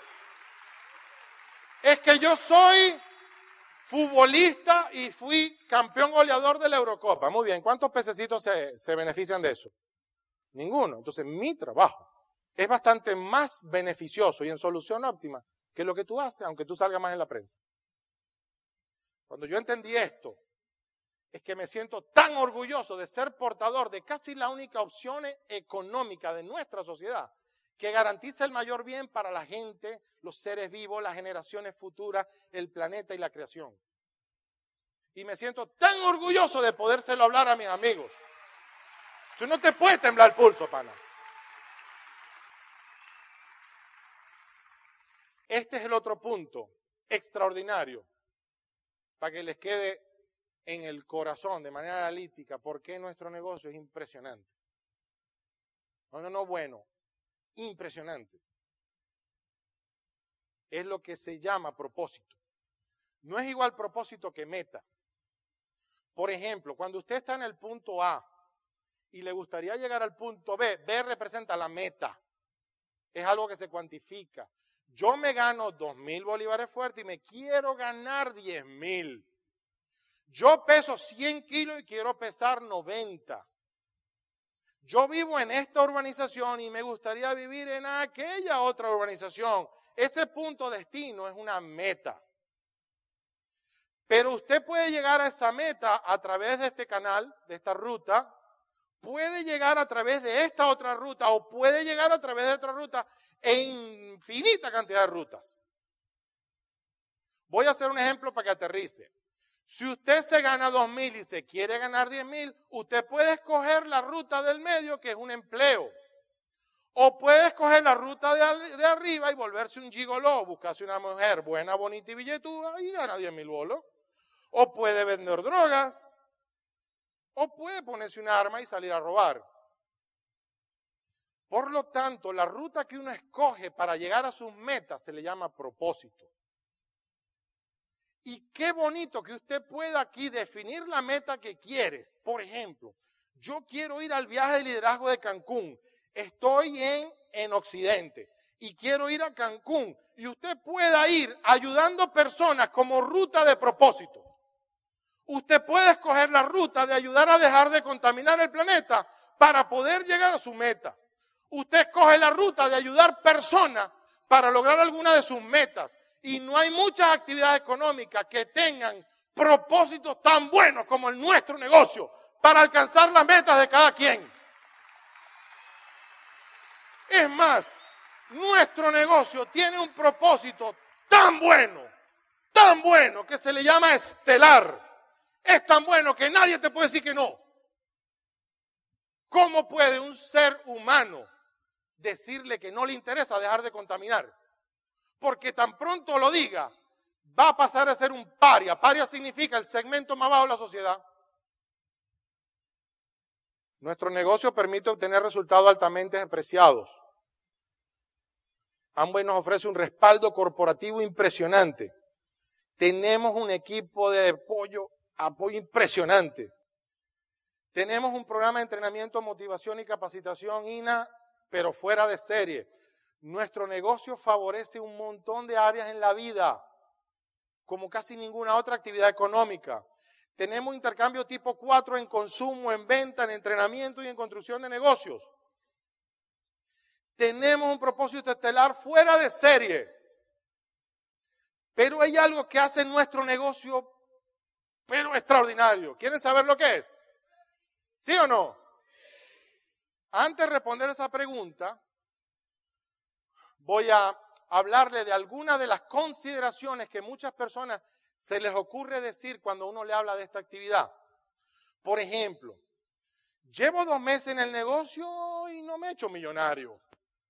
S4: es que yo soy futbolista y fui campeón goleador de la Eurocopa. Muy bien, ¿cuántos pececitos se, se benefician de eso? Ninguno. Entonces, mi trabajo es bastante más beneficioso y en solución óptima que lo que tú haces, aunque tú salgas más en la prensa. Cuando yo entendí esto, es que me siento tan orgulloso de ser portador de casi la única opción económica de nuestra sociedad que garantiza el mayor bien para la gente, los seres vivos, las generaciones futuras, el planeta y la creación. Y me siento tan orgulloso de podérselo hablar a mis amigos. Tú no te puedes temblar el pulso, pana. Este es el otro punto extraordinario, para que les quede en el corazón de manera analítica por qué nuestro negocio es impresionante. No, no, no, bueno, impresionante. Es lo que se llama propósito. No es igual propósito que meta. Por ejemplo, cuando usted está en el punto A y le gustaría llegar al punto B, B representa la meta. Es algo que se cuantifica. Yo me gano dos mil bolívares fuertes y me quiero ganar diez mil. Yo peso cien kilos y quiero pesar noventa. Yo vivo en esta urbanización y me gustaría vivir en aquella otra urbanización. Ese punto destino es una meta. Pero usted puede llegar a esa meta a través de este canal, de esta ruta, puede llegar a través de esta otra ruta o puede llegar a través de otra ruta e infinita cantidad de rutas. Voy a hacer un ejemplo para que aterrice. Si usted se gana dos mil y se quiere ganar diez mil, usted puede escoger la ruta del medio, que es un empleo. O puede escoger la ruta de, de arriba y volverse un gigoló, buscarse una mujer buena, bonita y billetuda y gana diez mil bolos. O puede vender drogas. O puede ponerse un arma y salir a robar. Por lo tanto, la ruta que uno escoge para llegar a sus metas se le llama propósito. Y qué bonito que usted pueda aquí definir la meta que quieres. Por ejemplo, yo quiero ir al viaje de liderazgo de Cancún. Estoy en, en Occidente y quiero ir a Cancún. Y usted pueda ir ayudando personas como ruta de propósito. Usted puede escoger la ruta de ayudar a dejar de contaminar el planeta para poder llegar a su meta. Usted escoge la ruta de ayudar personas para lograr alguna de sus metas. Y no hay muchas actividades económicas que tengan propósitos tan buenos como el nuestro negocio para alcanzar las metas de cada quien. Es más, nuestro negocio tiene un propósito tan bueno, tan bueno, que se le llama estelar. Es tan bueno que nadie te puede decir que no. ¿Cómo puede un ser humano decirle que no le interesa dejar de contaminar? Porque tan pronto lo diga, va a pasar a ser un paria. Paria significa el segmento más bajo de la sociedad. Nuestro negocio permite obtener resultados altamente apreciados. Amway nos ofrece un respaldo corporativo impresionante. Tenemos un equipo de apoyo, apoyo impresionante. Tenemos un programa de entrenamiento, motivación y capacitación I N A, pero fuera de serie. Nuestro negocio favorece un montón de áreas en la vida, como casi ninguna otra actividad económica. Tenemos intercambio tipo cuatro en consumo, en venta, en entrenamiento y en construcción de negocios. Tenemos un propósito estelar fuera de serie. Pero hay algo que hace nuestro negocio, pero extraordinario. ¿Quieren saber lo que es? ¿Sí o no? Antes de responder esa pregunta, voy a hablarle de algunas de las consideraciones que muchas personas se les ocurre decir cuando uno le habla de esta actividad. Por ejemplo, llevo dos meses en el negocio y no me he hecho millonario.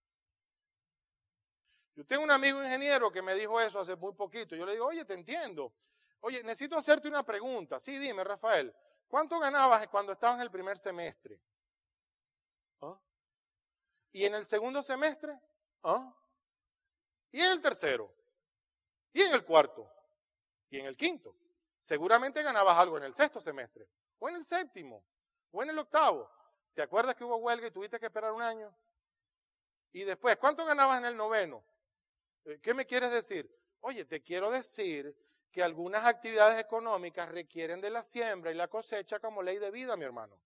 S4: Yo tengo un amigo ingeniero que me dijo eso hace muy poquito. Yo le digo, oye, te entiendo. Oye, necesito hacerte una pregunta. Sí, dime, Rafael, ¿cuánto ganabas cuando estabas en el primer semestre? ¿Ah? ¿Y en el segundo semestre? ¿Ah? ¿Y en el tercero? ¿Y en el cuarto? ¿Y en el quinto? Seguramente ganabas algo en el sexto semestre, o en el séptimo, o en el octavo. ¿Te acuerdas que hubo huelga y tuviste que esperar un año? Y después, ¿cuánto ganabas en el noveno? ¿Qué me quieres decir? Oye, te quiero decir que algunas actividades económicas requieren de la siembra y la cosecha como ley de vida, mi hermano.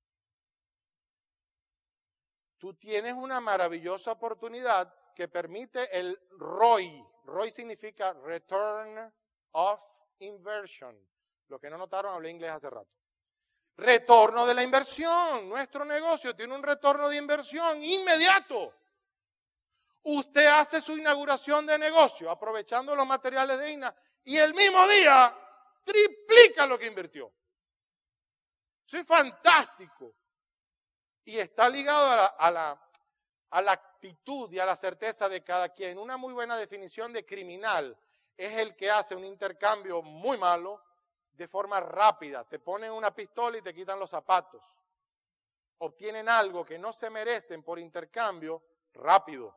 S4: Tú tienes una maravillosa oportunidad que permite el R O I. R O I significa Return of Inversion. Los que no notaron, hablé inglés hace rato. Retorno de la inversión. Nuestro negocio tiene un retorno de inversión inmediato. Usted hace su inauguración de negocio aprovechando los materiales de I N A y el mismo día triplica lo que invirtió. Eso es fantástico. Y está ligado a la, a la, a la actitud y a la certeza de cada quien. Una muy buena definición de criminal es el que hace un intercambio muy malo de forma rápida. Te ponen una pistola y te quitan los zapatos. Obtienen algo que no se merecen por intercambio rápido.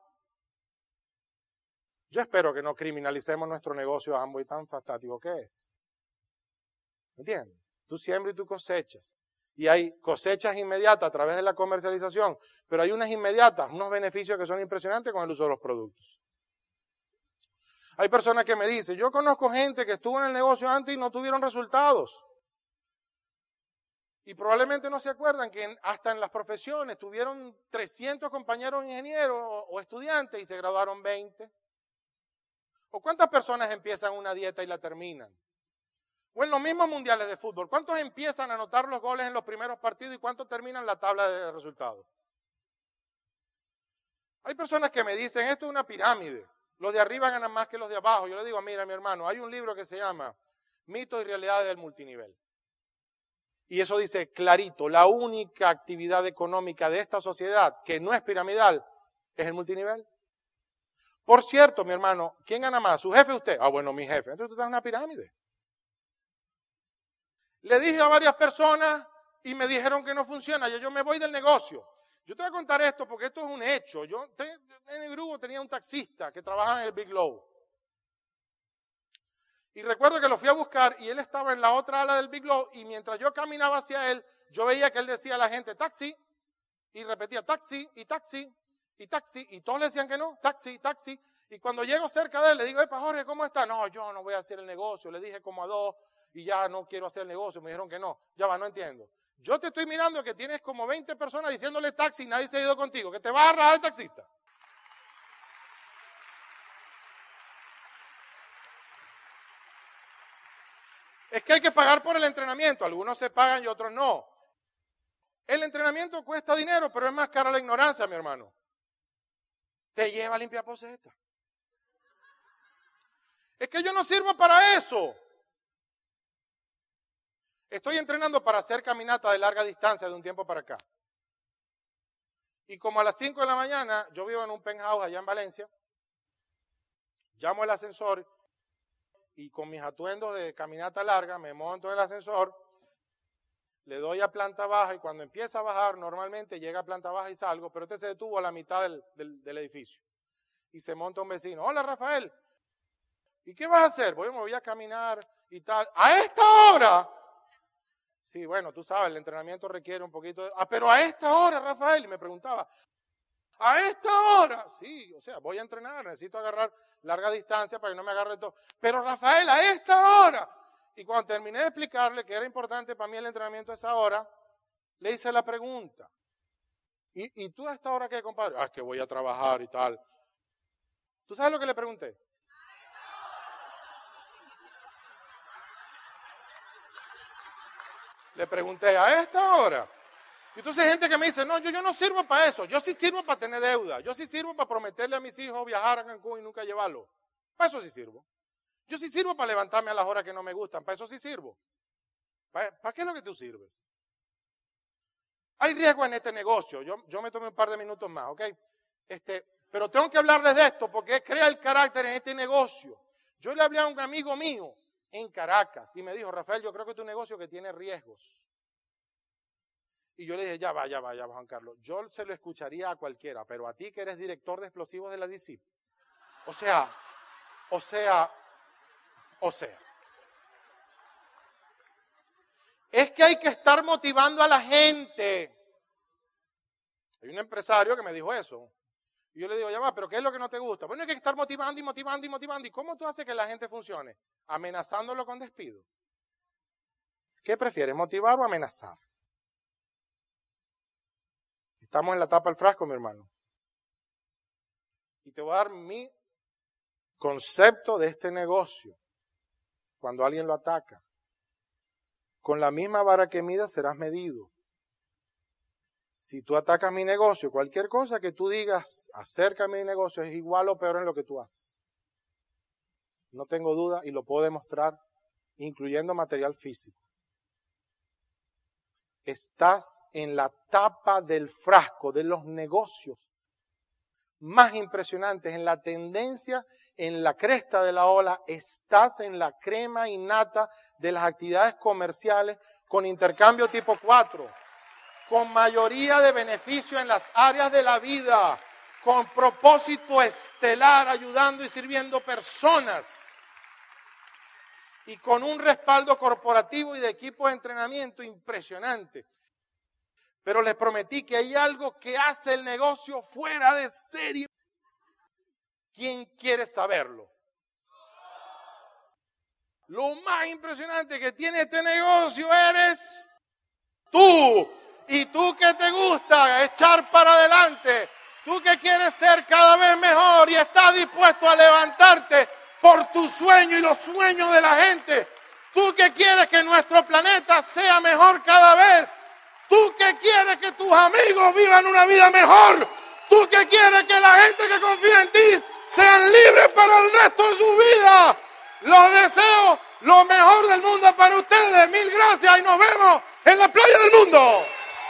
S4: Yo espero que no criminalicemos nuestro negocio Amway tan fantástico que es. ¿Entiendes? Tú siembras y tú cosechas. Y hay cosechas inmediatas a través de la comercialización, pero hay unas inmediatas, unos beneficios que son impresionantes con el uso de los productos. Hay personas que me dicen, yo conozco gente que estuvo en el negocio antes y no tuvieron resultados. Y probablemente no se acuerdan que en, hasta en las profesiones tuvieron trescientos compañeros ingenieros o, o estudiantes y se graduaron veinte. ¿O cuántas personas empiezan una dieta y la terminan? O en los mismos mundiales de fútbol, ¿cuántos empiezan a anotar los goles en los primeros partidos y cuántos terminan la tabla de resultados? Hay personas que me dicen, esto es una pirámide, los de arriba ganan más que los de abajo. Yo le digo, mira mi hermano, hay un libro que se llama Mitos y Realidades del Multinivel. Y eso dice clarito, la única actividad económica de esta sociedad que no es piramidal es el multinivel. Por cierto, mi hermano, ¿quién gana más? ¿Su jefe o usted? Ah, bueno, mi jefe. Entonces tú estás en una pirámide. Le dije a varias personas y me dijeron que no funciona. Yo, yo me voy del negocio. Yo te voy a contar esto porque esto es un hecho. Yo te, en el grupo tenía un taxista que trabajaba en el Big Low. Y recuerdo que lo fui a buscar y él estaba en la otra ala del Big Low y mientras yo caminaba hacia él, yo veía que él decía a la gente taxi y repetía taxi y taxi y taxi y todos le decían que no, taxi, taxi. Y cuando llego cerca de él le digo, epa Jorge, ¿cómo está? No, yo no voy a hacer el negocio. Le dije como a dos. Y ya no quiero hacer el negocio, me dijeron que no. Ya va, no entiendo. Yo te estoy mirando que tienes como veinte personas diciéndole taxi y nadie se ha ido contigo, que te va a rajar el taxista. Es que hay que pagar por el entrenamiento, algunos se pagan y otros no. El entrenamiento cuesta dinero, pero es más cara la ignorancia, mi hermano. Te lleva a limpiar poseta. Es que yo no sirvo para eso. Estoy entrenando para hacer caminata de larga distancia de un tiempo para acá. Y como a las cinco de la mañana, yo vivo en un penthouse allá en Valencia, llamo el ascensor y con mis atuendos de caminata larga me monto en el ascensor, le doy a planta baja y cuando empieza a bajar, normalmente llega a planta baja y salgo, pero este se detuvo a la mitad del, del, del edificio. Y se monta un vecino, hola Rafael, ¿y qué vas a hacer? Bueno, me voy a caminar y tal. ¿A esta hora? Sí, bueno, tú sabes, el entrenamiento requiere un poquito de... Ah, pero a esta hora, Rafael, y me preguntaba, ¿a esta hora? Sí, o sea, voy a entrenar, necesito agarrar larga distancia para que no me agarre todo. Pero Rafael, ¿a esta hora? Y cuando terminé de explicarle que era importante para mí el entrenamiento a esa hora, le hice la pregunta. ¿Y, y tú a esta hora qué, compadre? Ah, es que voy a trabajar y tal. ¿Tú sabes lo que le pregunté? Le pregunté, ¿a esta hora? Y entonces hay gente que me dice, no, yo, yo no sirvo para eso. Yo sí sirvo para tener deuda. Yo sí sirvo para prometerle a mis hijos viajar a Cancún y nunca llevarlo. Para eso sí sirvo. Yo sí sirvo para levantarme a las horas que no me gustan. Para eso sí sirvo. ¿Para, para qué es lo que tú sirves? Hay riesgo en este negocio. Yo, yo me tomé un par de minutos más, ¿ok? Este, pero tengo que hablarles de esto porque crea el carácter en este negocio. Yo le hablé a un amigo mío en Caracas y me dijo, Rafael, yo creo que es un negocio que tiene riesgos. Y yo le dije, ya va, ya va, ya va, Juan Carlos. Yo se lo escucharía a cualquiera, pero a ti que eres director de explosivos de la D I C I P. O sea, o sea, o sea. Es que hay que estar motivando a la gente. Hay un empresario que me dijo eso. Y yo le digo, ya va, pero ¿qué es lo que no te gusta? Bueno, hay que estar motivando y motivando y motivando. ¿Y cómo tú haces que la gente funcione? Amenazándolo con despido. ¿Qué prefieres, motivar o amenazar? Estamos en la tapa del frasco, mi hermano. Y te voy a dar mi concepto de este negocio. Cuando alguien lo ataca. con la misma vara que midas serás medido. Si tú atacas mi negocio, cualquier cosa que tú digas acerca de mi negocio es igual o peor en lo que tú haces. No tengo duda y lo puedo demostrar, incluyendo material físico. Estás en la tapa del frasco de los negocios más impresionantes, en la tendencia, en la cresta de la ola. Estás en la crema innata de las actividades comerciales con intercambio tipo cuatro, con mayoría de beneficio en las áreas de la vida, con propósito estelar, ayudando y sirviendo personas, y con un respaldo corporativo y de equipo de entrenamiento impresionante. Pero les prometí que hay algo que hace el negocio fuera de serie. ¿Quién quiere saberlo? Lo más impresionante que tiene este negocio eres tú. Y tú que te gusta echar para adelante, tú que quieres ser cada vez mejor y estás dispuesto a levantarte por tu sueño y los sueños de la gente. Tú que quieres que nuestro planeta sea mejor cada vez. Tú que quieres que tus amigos vivan una vida mejor. Tú que quieres que la gente que confía en ti sean libres para el resto de su vida. Los deseo lo mejor del mundo para ustedes. Mil gracias y nos vemos en la playa del mundo.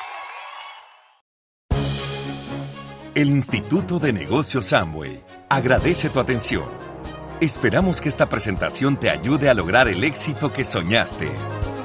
S1: El Instituto de Negocios Amway agradece tu atención. Esperamos que esta presentación te ayude a lograr el éxito que soñaste.